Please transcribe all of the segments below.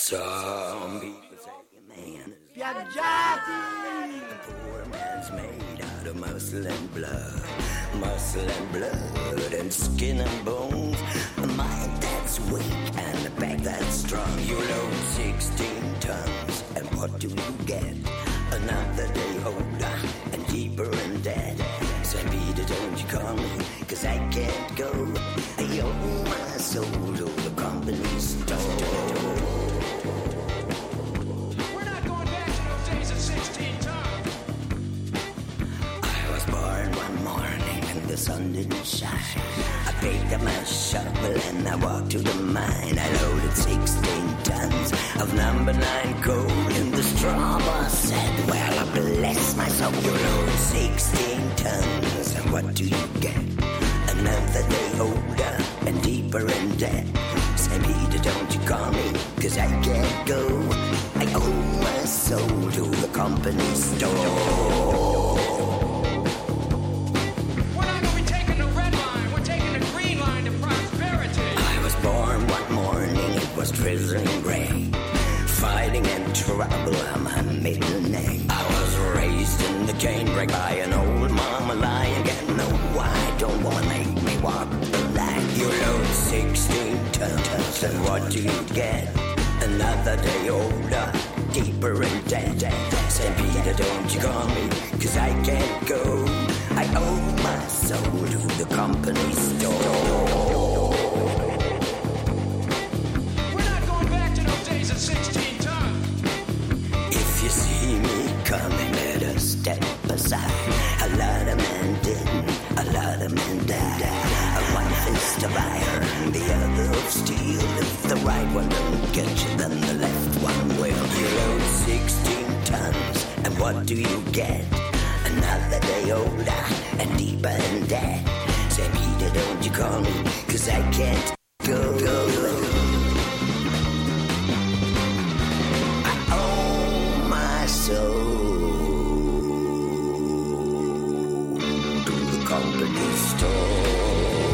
Some people say a man is Spiaggiati! a poor man's made out of muscle and blood and skin and bones. A mind that's weak and a back that's strong. You load 16 tons, and what do you get? Another day older and deeper in debt. St. Peter, don't you call me, 'cause I can't go. I owe my soul to the company store. The sun didn't shine. I picked up my shovel and I walked to the mine. I loaded 16 tons of number 9 coal in the straw. Boss said, well, bless my soul. You load 16 tons, and what do you get? Another day older and deeper in debt. St. Peter, don't you call me, 'cause I can't go. I owe my soul to the company store. Was drizzling rain, fighting and trouble, my middle name. I was raised in the canebrake by an old mama lion. Get no why, don't wanna make me walk the line. You load 16 tons, and what do you get? Another day older, deeper in debt. St. Peter, don't you call me, 'cause I can't go. I owe my soul to the company store. 16 tons. If you see me coming, better step aside. A lot of men didn't, a lot of men died. One fist of iron, the other of steel. If the right one don't get you, then the left one will. You load 16 tons, and what do you get? Another day older and deeper in debt. St. Peter, don't you call me, 'cause I can't go. Company store.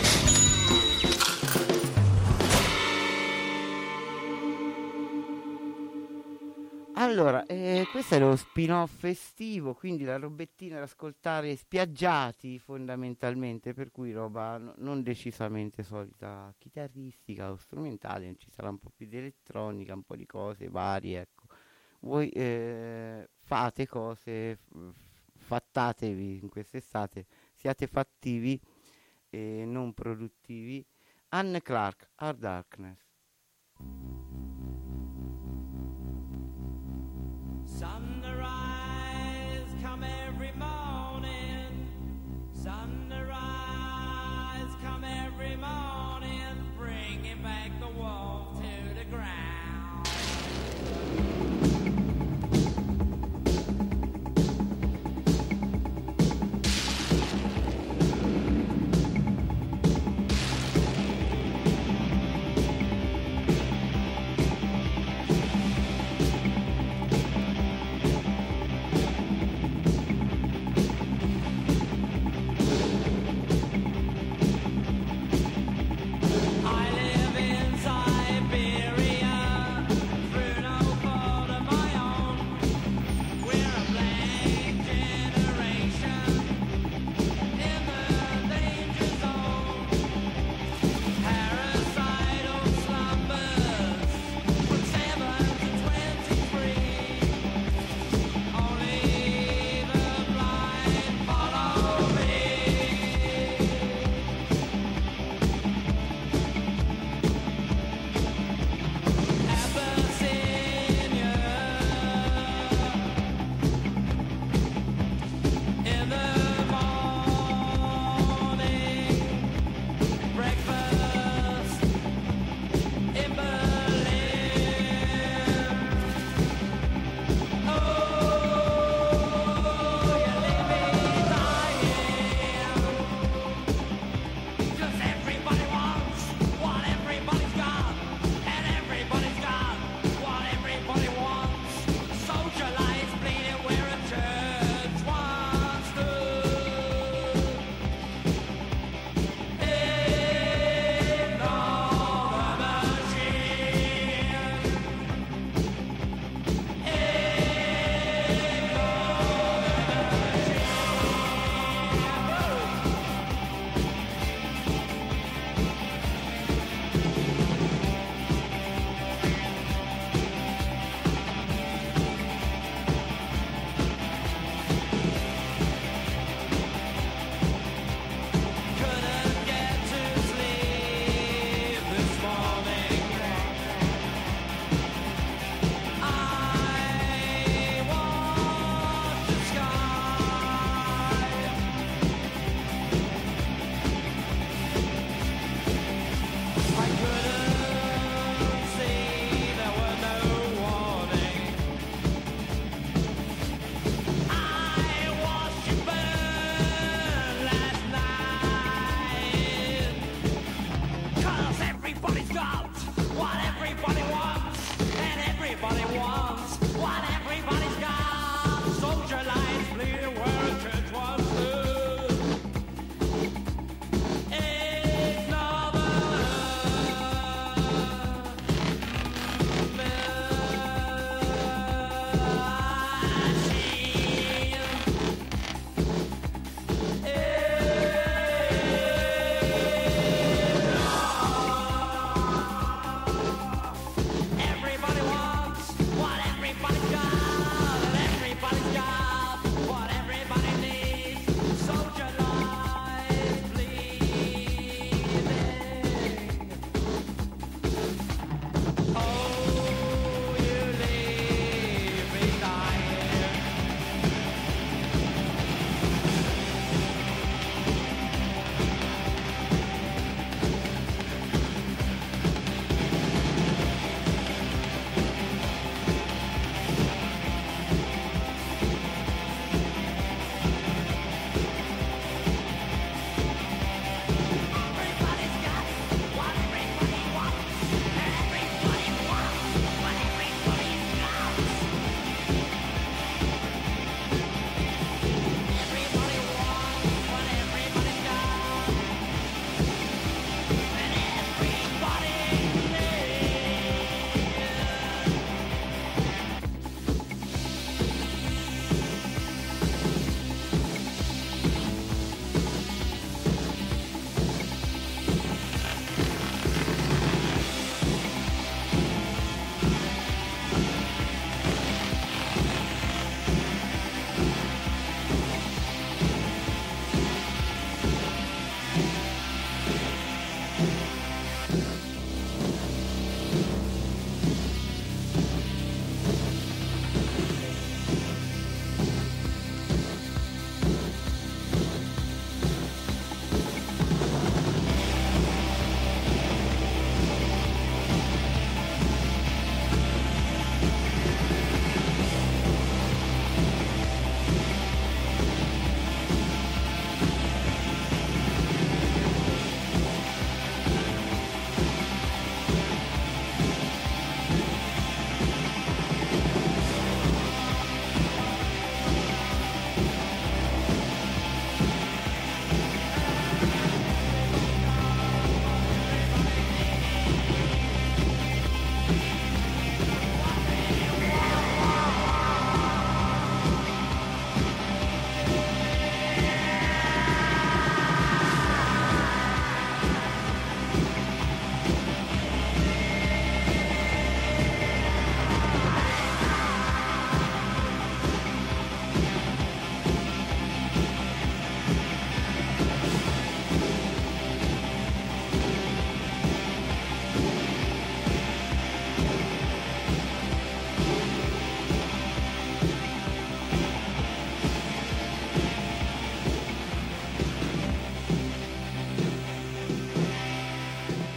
Allora, questo è lo spin-off estivo, quindi la robettina da ascoltare, Spiaggiati fondamentalmente, per cui roba non decisamente solita chitarristica o strumentale, ci sarà un po' più di elettronica, un po' di cose varie, ecco. Voi fate cose, fattatevi in quest'estate, siate fattivi e non produttivi. Anne Clark, Our Darkness. Sunrise come every morning, sunrise come every morning, bringing back the wolf to the ground.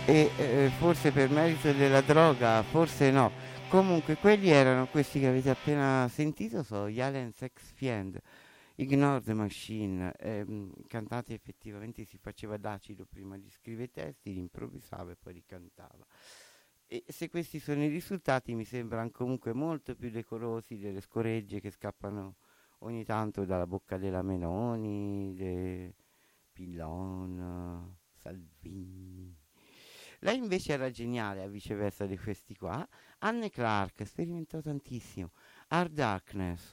e forse per merito della droga, forse no. Comunque quelli erano questi che avete appena sentito, sono gli Alien Sex Fiend, Ignore the Machine, cantati effettivamente, si faceva d'acido prima di scrivere i testi, li improvvisava e poi li cantava. E se questi sono i risultati mi sembrano comunque molto più decorosi delle scoregge che scappano ogni tanto dalla bocca della Meloni, Pillon, Salvini. Lei invece era geniale, a viceversa di questi qua. Anne Clark sperimentò tantissimo. Hard Darkness.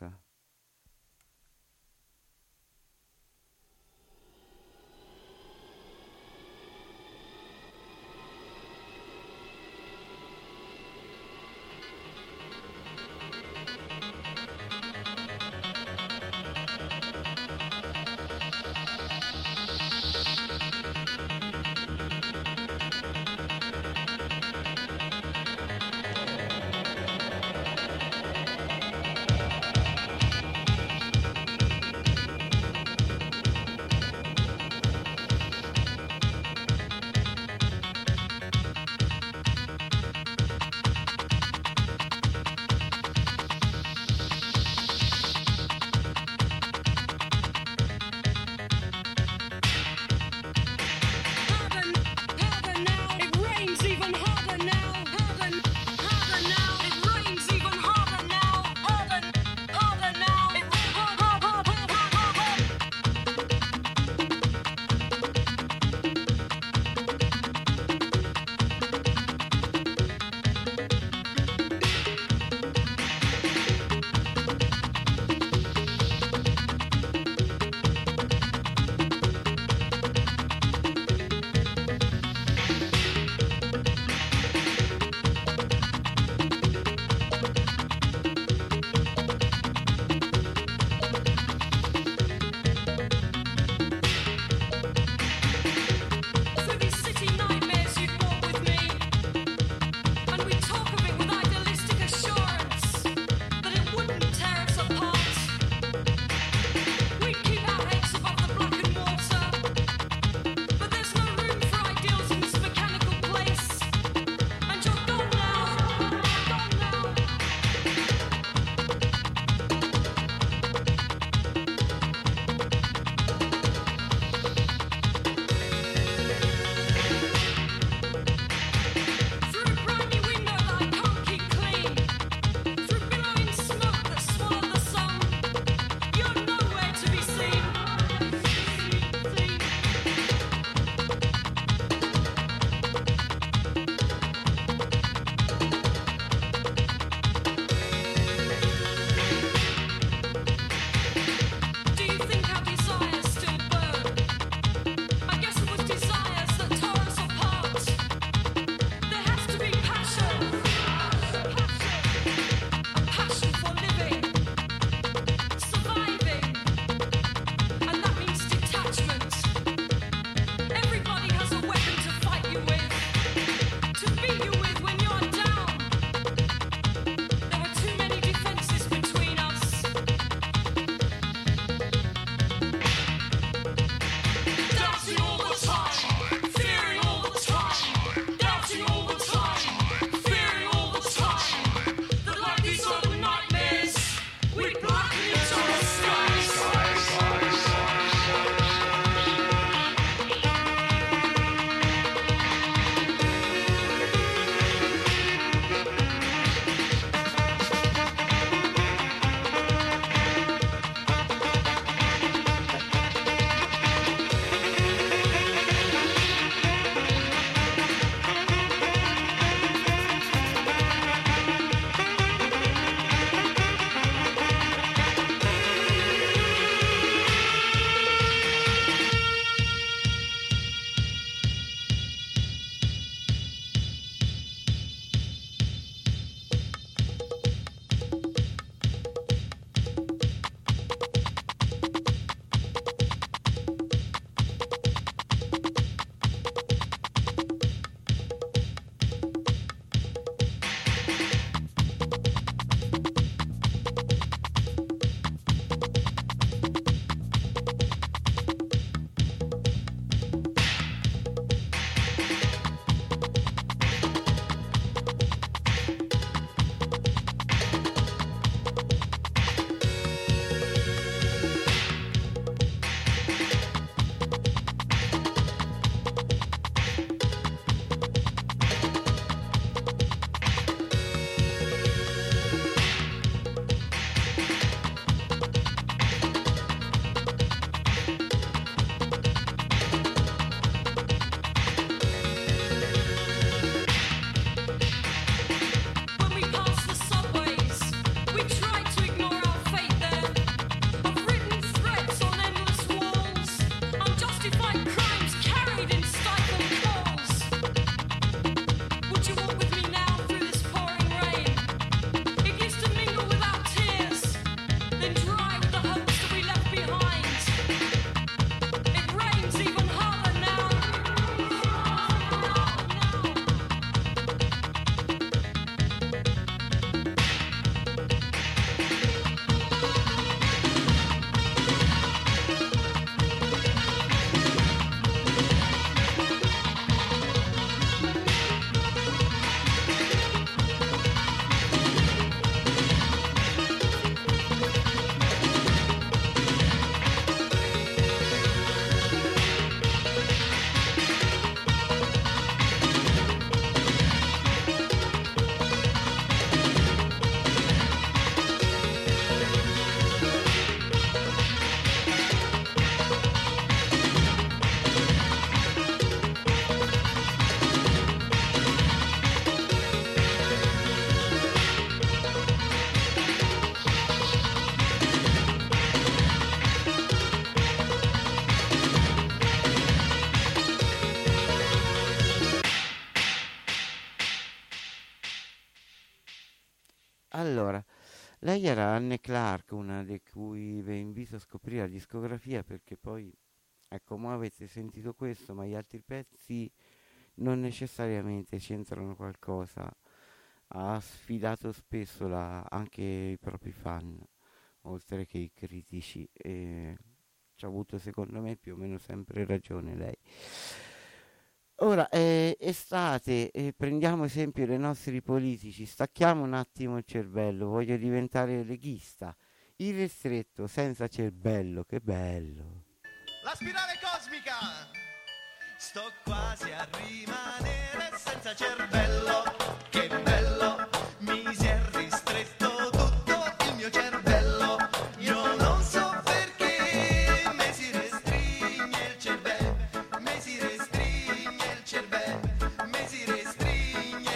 Allora, lei era Anne Clark, una di cui vi invito a scoprire la discografia, perché poi, ecco, mo avete sentito questo, ma gli altri pezzi non necessariamente c'entrano qualcosa. Ha sfidato spesso anche i propri fan, oltre che i critici, e ci ha avuto secondo me più o meno sempre ragione lei. Ora è estate, prendiamo esempio dai nostri politici, stacchiamo un attimo il cervello, voglio diventare leghista. Il ristretto senza cervello, che bello. La spirale cosmica! Sto quasi a rimanere senza cervello, che bello! Mi si è ristretto tutto il mio cervello. Io non so perché mi si restringe il cervello, mi si restringe il cervello, mi si restringe.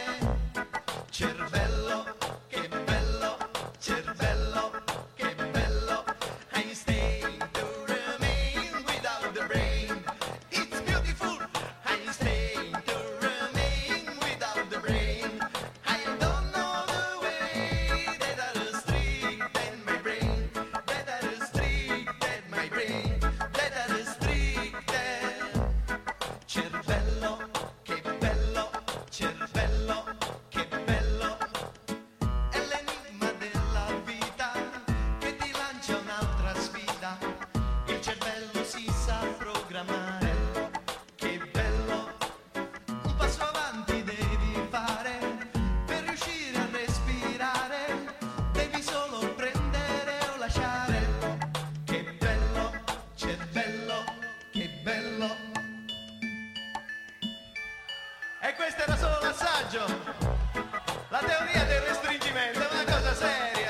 Cervello, che bello, cervello, che bello. I stay to remain without the brain. It's beautiful. I stay to remain without the brain. I don't know the way that I restricted my brain, that I restricted my brain, that I restricted. Cervello, che bello, cervello, che bello. È l'enigma della vita che ti lancia un'altra sfida. Il cervello si sa programmare. Che bello. Un passo avanti devi fare per riuscire a respirare. Devi solo prendere o lasciare. Che bello, cervello, che bello. E questo era solo l'assaggio. La teoria del restringimento è una cosa seria.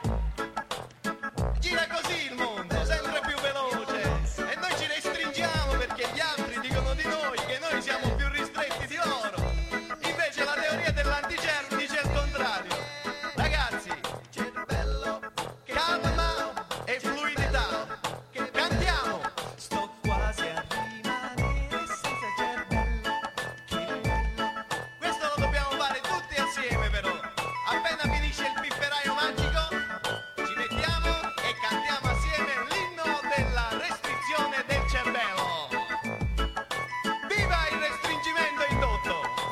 Gira così il mondo, sempre più veloce. E noi ci restringiamo perché gli altri dicono di noi che noi siamo più ristretti di loro. Invece la teoria dell'anticervo dice il contrario. Ragazzi, cervello, calma e fluidità. Cantiamo. Sto quasi a rimanere senza cervello. Che bello. Questo lo dobbiamo fare tutti assieme però. Appena finisce il pifferaio magico, ci mettiamo e cantiamo assieme l'inno della restrizione del cervello. Viva il restringimento indotto!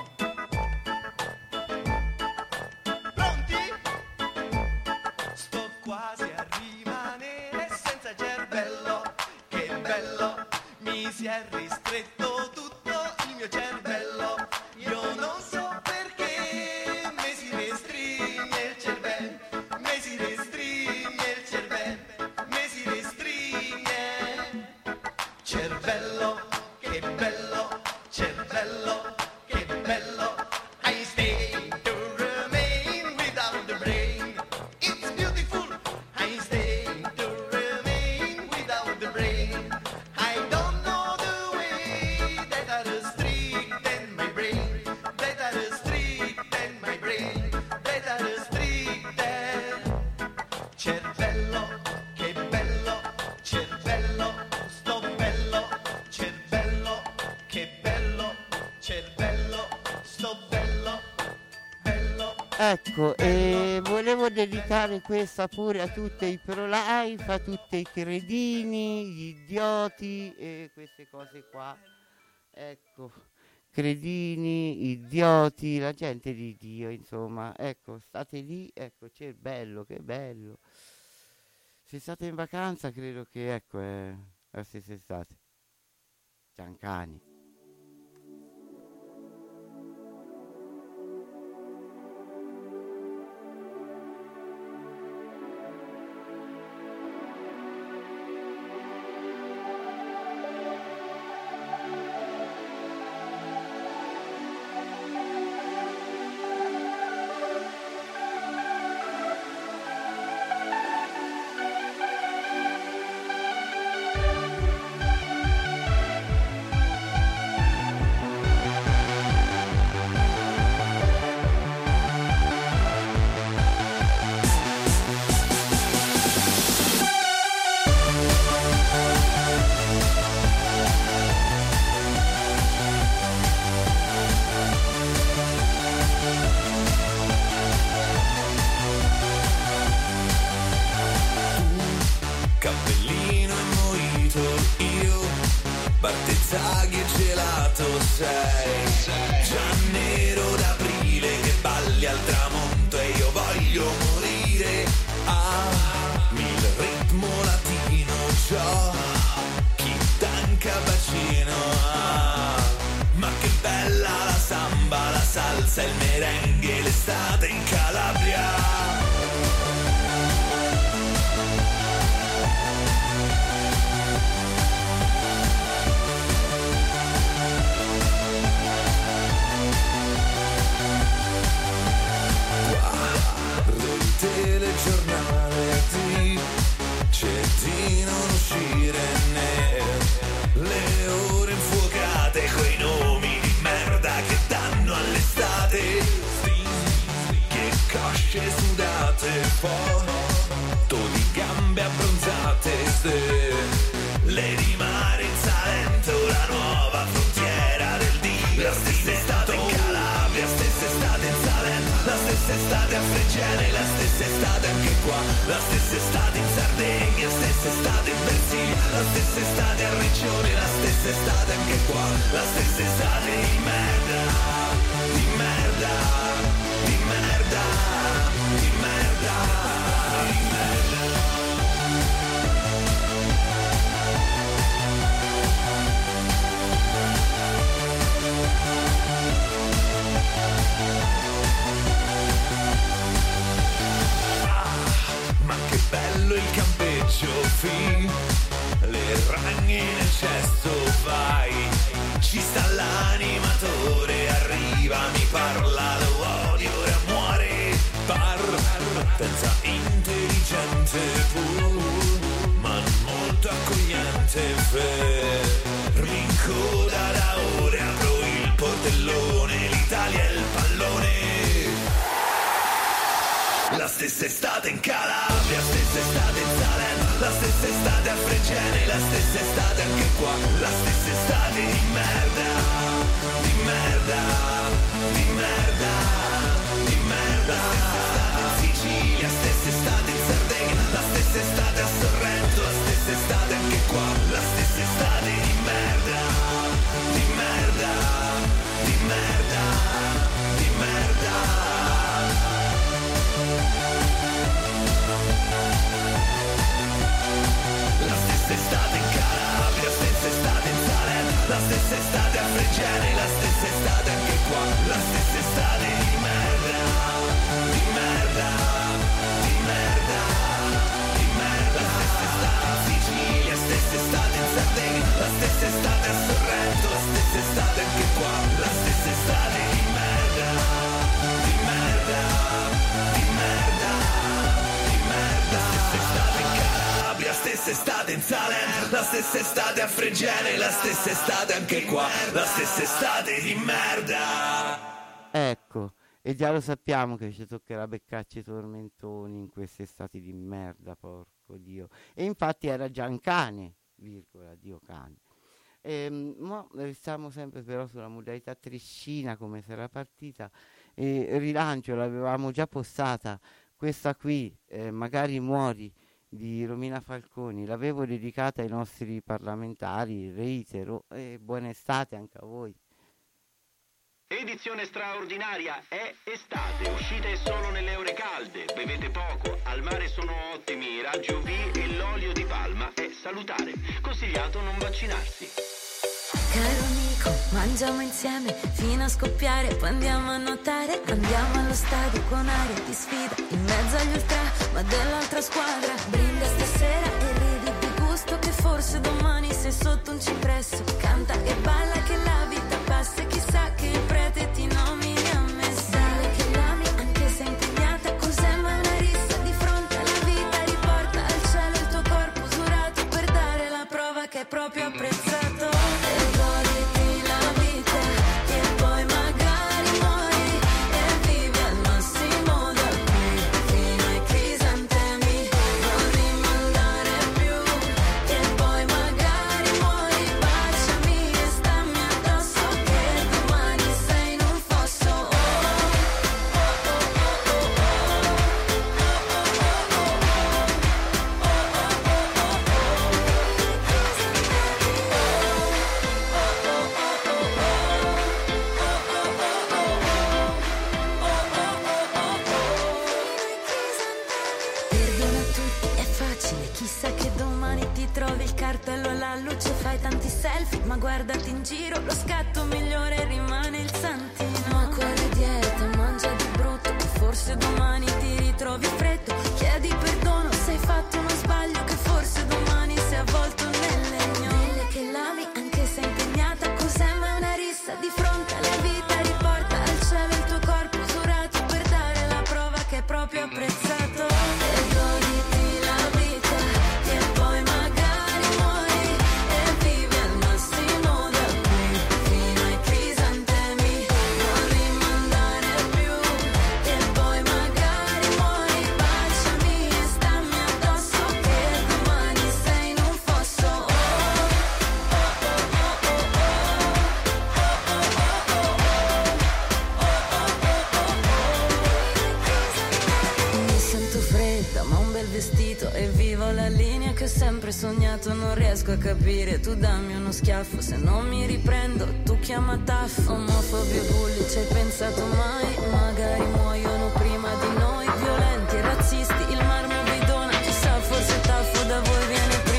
Pronti? Sto quasi a rimanere senza cervello. Che bello! Mi si è ristretto tutto il mio cervello. Io non so perché mi si restringe il cervello, mi si restringe il cervello, mi si restringe. Cervello, che bello, cervello, che bello. I stay to remain without the brain. It's beautiful. I stay to remain without the brain. I don't know the way that I restricted my brain, that I restricted my brain, that I restricted. Cervello, che bello, cervello, sto bello, cervello, che bello, cervello, sto bello, bello. Ecco, e volevo dedicare questa pure a tutti i pro-life, a tutti i cretini, gli idioti e queste cose qua. Ecco, cretini, idioti, la gente di Dio, insomma. Ecco, state lì, ecco, c'è il bello, che bello. Se state in vacanza credo che, ecco, è la stessa estate. Giancani. tagli e gelato sei, già nero d'aprile che balli al tramonto e io voglio morire. Il ritmo latino ciò chi tanca bacino. Ma che bella la samba, la salsa, il merengue, l'estate in Calabria. Telegiornale di c'è di non uscire le ore infuocate coi nomi di merda che danno all'estate, che cosce sudate, foto di gambe abbronzate, le di mare in Salento, la nuova frontiera del Dio, la stessa estate in Calabria, stessa estate in Salento, la stessa estate a Fregene, la stessa estate anche qua, la stessa estate in Sardegna, stessa estate in Versilia, la stessa estate a Riccione, la stessa estate anche qua, la stessa estate di merda, di merda, di merda, di merda, di merda. Ma che bello il campeggio, le ragne nel cesto, vai, ci sta l'animatore, arriva, mi parla, lo odio, ora muore, partenza intelligente, ma non molto accogliente, fermi in coda da ore, apro il portellone, l'Italia è il pallone. La stessa estate in Calabria, stessa estate in Salento, la stessa estate a Fregene, la stessa estate anche qua, la stessa estate di merda, di merda, di merda, di merda. La stessa estate in Sicilia, stessa estate in Sardegna, la stessa estate a Sorrento, la stessa estate anche qua, la stessa estate di merda, di merda, di merda, di merda. La stessa estate in Calabria, stessa estate in Salento, la stessa estate a Fregene, la stessa estate anche qua, la stessa estate di merda, di merda, di merda, di merda. La stessa estate in Sicilia, stessa estate in Sardegna, la stessa estate a Sorrento, la stessa estate anche qua, la stessa estate di merda, di merda, di merda, di merda. La stessa estate in Calabria, stessa estate in Salento, la stessa estate a Fregene, la stessa estate anche qua, la stessa estate di merda. Ecco, e già lo sappiamo che ci toccherà beccarci i tormentoni in queste estati di merda, porco Dio. E infatti era già un cane, virgola, Dio cane. Ma restiamo sempre però sulla modalità trescina come si era partita, e rilancio, l'avevamo già postata, questa qui, Magari muori, di Romina Falconi, l'avevo dedicata ai nostri parlamentari, reitero, e buona estate anche a voi. Edizione straordinaria è estate, uscite solo nelle ore calde, bevete poco, al mare sono ottimi i raggi UV e l'olio di palma è salutare, consigliato non vaccinarsi. Caro amico, mangiamo insieme fino a scoppiare, poi andiamo a nuotare, andiamo allo stadio con aria di sfida, in mezzo agli ultra, ma dell'altra squadra, brinda stasera e ridi di gusto che forse domani sei sotto un cipresso, canta e balla che la vita passa e chissà che il prete ti nomini a messa. Dai che l'ami anche se impegnata, cos'è ma una rissa di fronte alla vita, riporta al cielo il tuo corpo usurato per dare la prova che è proprio apprezzato. Stay giro, lo scatto migliore rimane il santino. Ma quale dieta, mangia di brutto, che forse domani ti ritrovi freddo. Chiedi perdono se hai fatto uno sbaglio, che forse domani sei avvolto nel legno. Belle che lavi anche se impegnata, cos'è ma una rissa di fronte alla vita. Riporta al cielo il tuo corpo usurato per dare la prova che è proprio apprezzato. E goditi la vita, che poi magari muori e vivi al massimo da qui fino ai crisantemi. Non rimandare più, che poi magari muori. Baciami e stammi addosso, che domani sei in un fosso. Mi sento fredda, ma un bel vestito e vivo la linea che ho sempre sognato. Non riesco a capire, tu dammi uno schiaffo, se non mi riprendo tu chiama taffo. Omofobi e bulli, ci hai pensato mai? Magari muoiono prima di noi, violenti e razzisti, il marmo vi dona. Chissà, forse taffo da voi viene prima.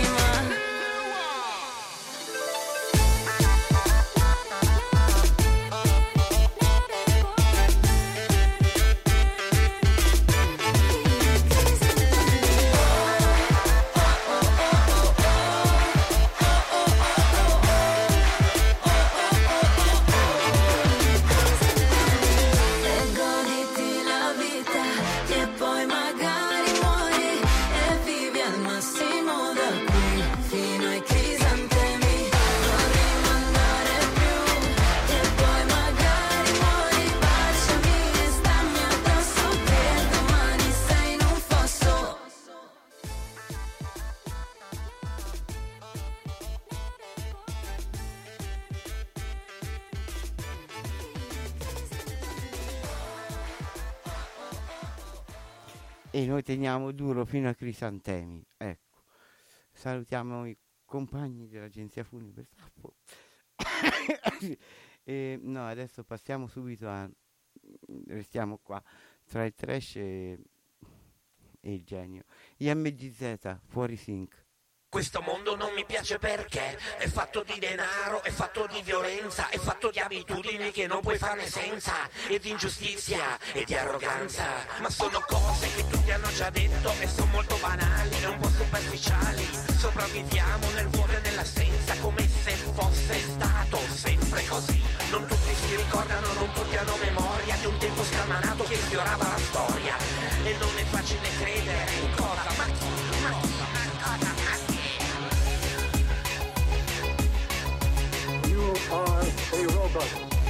E goditi la vita, che poi magari muori e vivi al massimo da qui fino ai crisantemi. Non rimandare più, che poi magari muori. Baciami e stammi addosso, che domani sei in un fosso. E noi teniamo duro fino a Crisantemi. Ecco, salutiamo i compagni dell'agenzia Funebre Sapporo. E, no, adesso passiamo subito a... restiamo qua tra il trash e il genio. IMGZ, fuori sync. Questo mondo non mi piace perché è fatto di denaro, è fatto di violenza, è fatto di abitudini che non puoi farne senza, e di ingiustizia e di arroganza. Ma sono cose che tutti hanno già detto e sono molto banali e un po' superficiali. Sopravviviamo nel vuoto e nell'assenza, come se fosse stato sempre così. Non tutti si ricordano, non tutti hanno memoria di un tempo scamanato che sfiorava la storia. E non è facile credere in cosa, ma chi, ma chi, ma cosa, ma chi. You are a robot.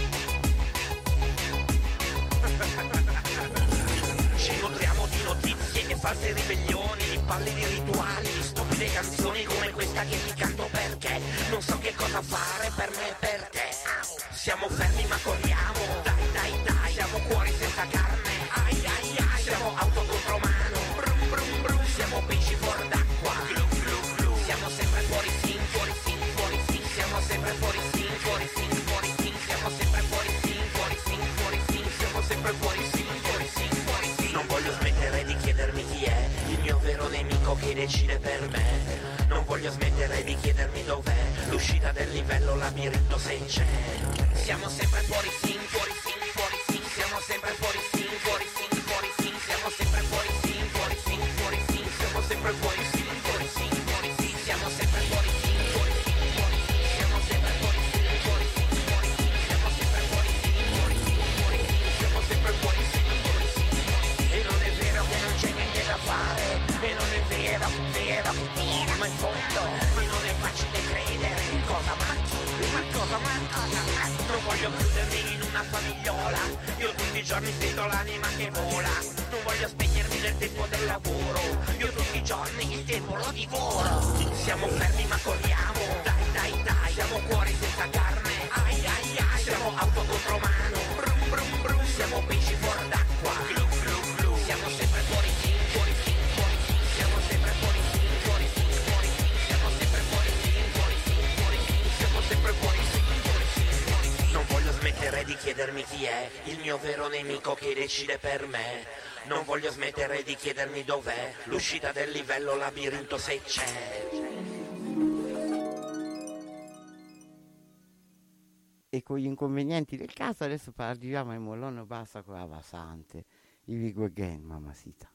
Ci nutriamo di notizie e false ribellioni, di palle di rituali, di stupide canzoni come questa che ti canto perché non so che cosa fare per me e per te. Siamo fermi ma corriamo, dai dai dai, siamo cuori senza carne, ai ai ai, siamo auto contro mano, brum brum brum, siamo pesci fuori d'acqua, glu glu glu, siamo sempre fuori sin, fuori sin, fuori sin, siamo sempre fuori sin, fuori sin, fuori sin, siamo sempre fuori sin, fuori sin, fuori sin, siamo sempre fuori sin, fuori sin, fuori sin. Non voglio smettere di chiedermi chi è il mio vero nemico che decide per me. Non voglio smettere di chiedermi dov'è l'uscita del livello labirinto se c'è. Siamo sempre fuori sin, fuori sin, fuori sin, siamo sempre fuori sin, fuori sin, fuori sin, siamo sempre fuori sin, fuori sin, fuori sin, siamo sempre fuori sin, fuori sin, fuori sin, siamo sempre fuori sin, fuori sin, fuori sin, siamo sempre fuori sin, fuori sin, fuori sin, siamo sempre fuori sin, fuori sin, fuori sin, siamo sempre fuori sin, fuori sin, fuori sin. E non è vero che non c'è niente da fare, e non è vero, vero, ma in fondo non è facile credere in cosa manchi, ma cosa manca. Non voglio chiudermi in una famigliola, io tutti i giorni sento l'anima che vola. Non voglio spegnermi nel tempo del lavoro, io tutti i giorni il tempo lo divoro. Siamo fermi ma corriamo, dai dai dai, siamo cuori senza carne, ai ai ai, siamo auto contro mano, brum brum brum, siamo pesci fuori d'acqua, glu glu glu, siamo sempre fuori sin, fuori sin, fuori sin, siamo sempre fuori sin, fuori sin, fuori sin, siamo sempre fuori sin, fuori sin, fuori sin, siamo sempre fuori sin, fuori sin, fuori sin. Non voglio smettere di chiedermi chi è il mio vero nemico che decide per me. Non voglio smettere di chiedermi dov'è l'uscita del livello labirinto se c'è. e con gli inconvenienti del caso adesso arriviamo ai Molonno Bassa con la Vasante, i Vigo Again, mamacita.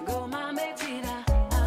Goma me gira.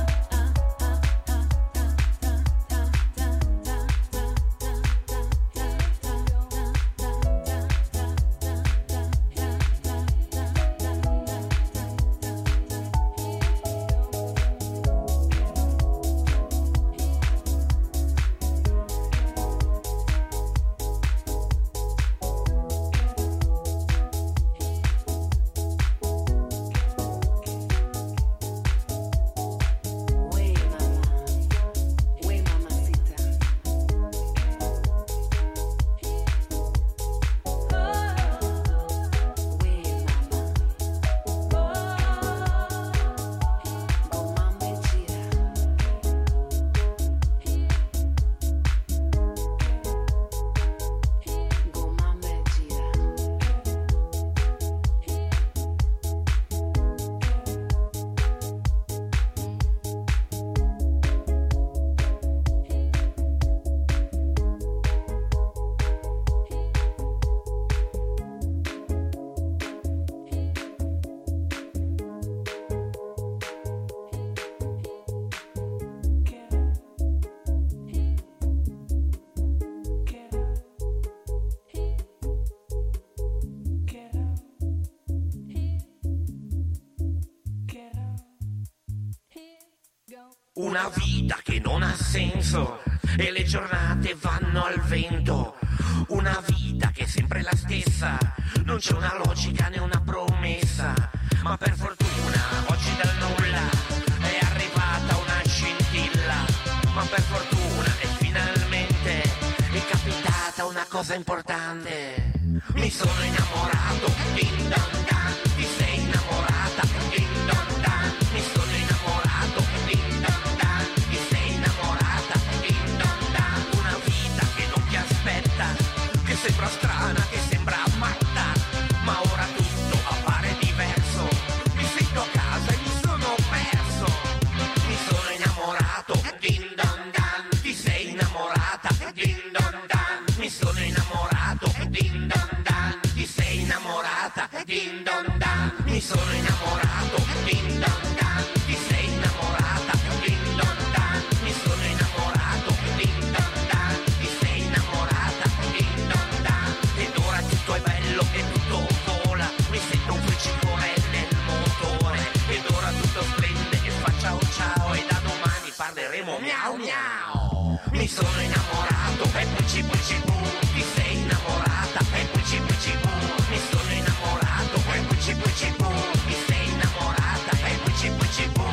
Una vita che non ha senso e le giornate vanno al vento. Una vita che è sempre la stessa, non c'è una logica né una promessa. Ma per fortuna oggi dal nulla è arrivata una scintilla. Ma per fortuna e finalmente è capitata una cosa importante. Mi sono innamorato, din dan dan. Ti sei innamorata, din dan dan. Mi sono innamorato, din dan dan. Ti sei innamorata, din dan dan. Una vita che non ti aspetta, che sembra strana, che sembra matta, ma ora tutto appare diverso. Mi sento a casa e mi sono perso. Mi sono innamorato, din dan dan. Ti sei innamorata, din dan dan. Mi sono innamorato, din dan dan. Ti sei innamorata, din dan dan. Mi sono innamorato, din dan dan. Ti sei innamorata, din dan dan. Mi sono innamorato, din dan dan. Ti sei innamorata, din dan dan. Ed ora tutto è bello e tutto vola. Mi sento un fricicore nel motore. Ed ora tutto splende e fa ciao ciao. E da domani parleremo miau miau. Mi sono innamorato e puci puci bu. Ti sei innamorata e puci puci bu. Mi sono innamorato e puci puci bu. Ti sei innamorata e puci puci bu.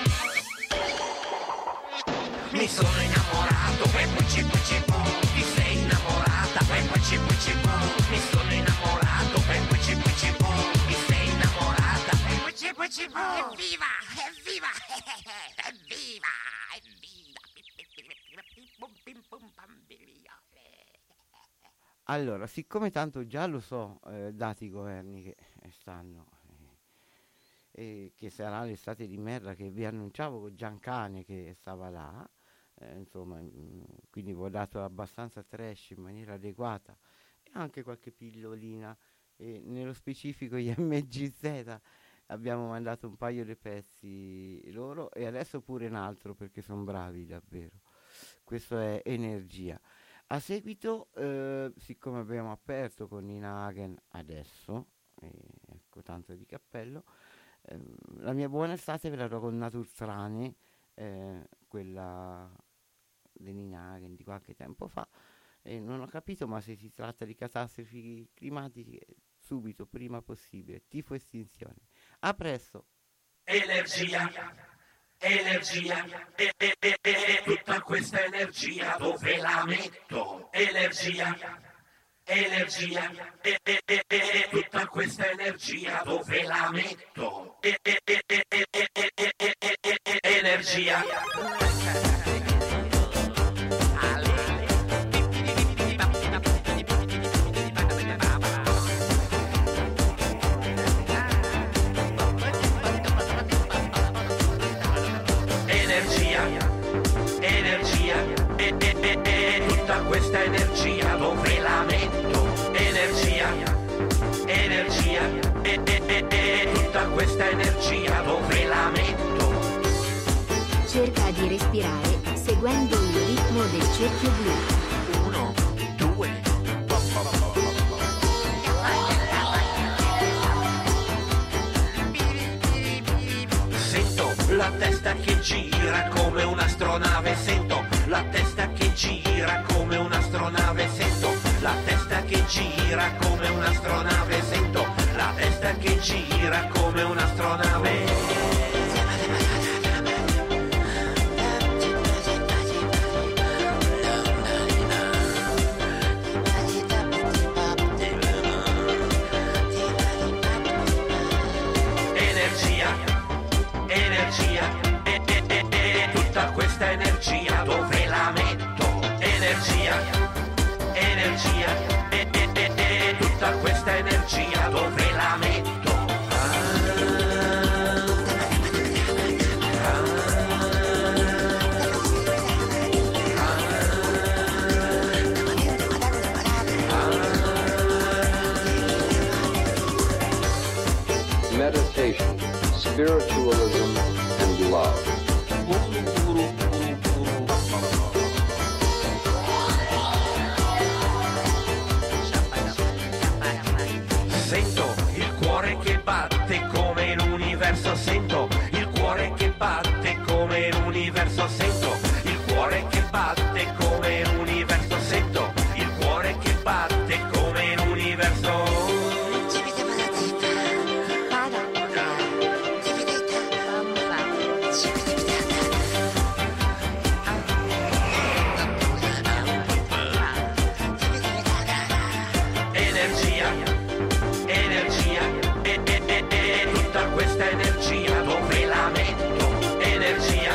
Mi sono innamorato e puci puci bu. Ti sei innamorata e puci puci bu. Mi sono innamorato e puci puci bu. Ti sei innamorata e puci puci bu. Evviva, evviva, evviva, evviva. Allora, siccome tanto già lo so, dati i governi che stanno, che sarà l'estate di merda che vi annunciavo con Giancane che stava là, insomma, quindi vi ho dato abbastanza trash in maniera adeguata e anche qualche pillolina, nello specifico gli MGZ abbiamo mandato un paio di pezzi loro e adesso pure un altro perché sono bravi davvero. Questo è Energia. A seguito, siccome abbiamo aperto con Nina Hagen adesso, ecco tanto di cappello, la mia buona estate ve la do con Naturstrane, quella di Nina Hagen di qualche tempo fa, e non ho capito ma se si tratta di catastrofi climatiche subito, prima possibile, tifo estinzione. A presto. Energia, energia, tutta questa energia dove la metto? Energia, energia, tutta questa energia dove la metto? Energia. Tutta questa energia dove la metto? Energia, energia, tutta questa energia dove la metto? Cerca di respirare seguendo il ritmo del cerchio blu. 1, 2. Sento la testa che gira come un'astronave, sento la testa che gira come un'astronave, sento la testa che gira come un'astronave, sento la testa che gira come un'astronave. Tutta questa energia dove la metto? Energia, tutta questa energia dove la metto? Meditation, spiritualism, and love. Sento il cuore che batte come l'universo, sento il cuore che batte come l'universo, sento il cuore che batte come l'universo, sento il cuore che batte come l'universo. Questa energia dove la metto? Energia,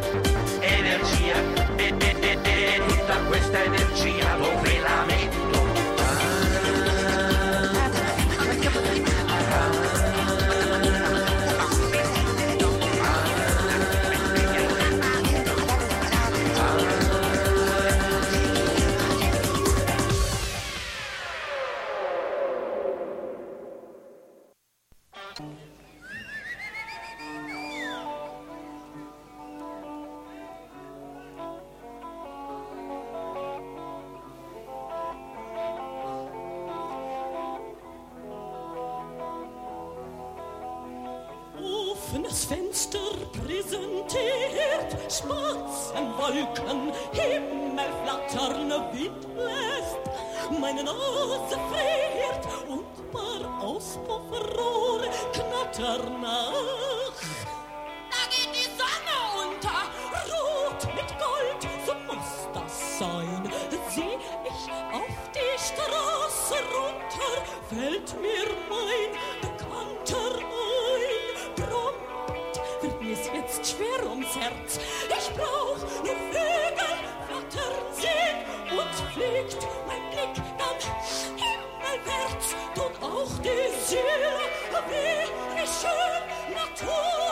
tutta questa energia dove la metto? Offenes Fenster präsentiert Spatzenwolken, Himmel flattern, Wind bläst, meine Nase friert und paar Auspuffrohre knattern nach. Da geht die Sonne unter, rot mit Gold, so muss das sein. Seh ich auf die Straße runter, fällt mir mein Bekannter ein. Prompt wird mir's jetzt schwer ums Herz. Ich brauch nur Vögel, flattern sehen und fliegt mein Blick dann himmelwärts. Tut auch die Seele weh, wie schön Natur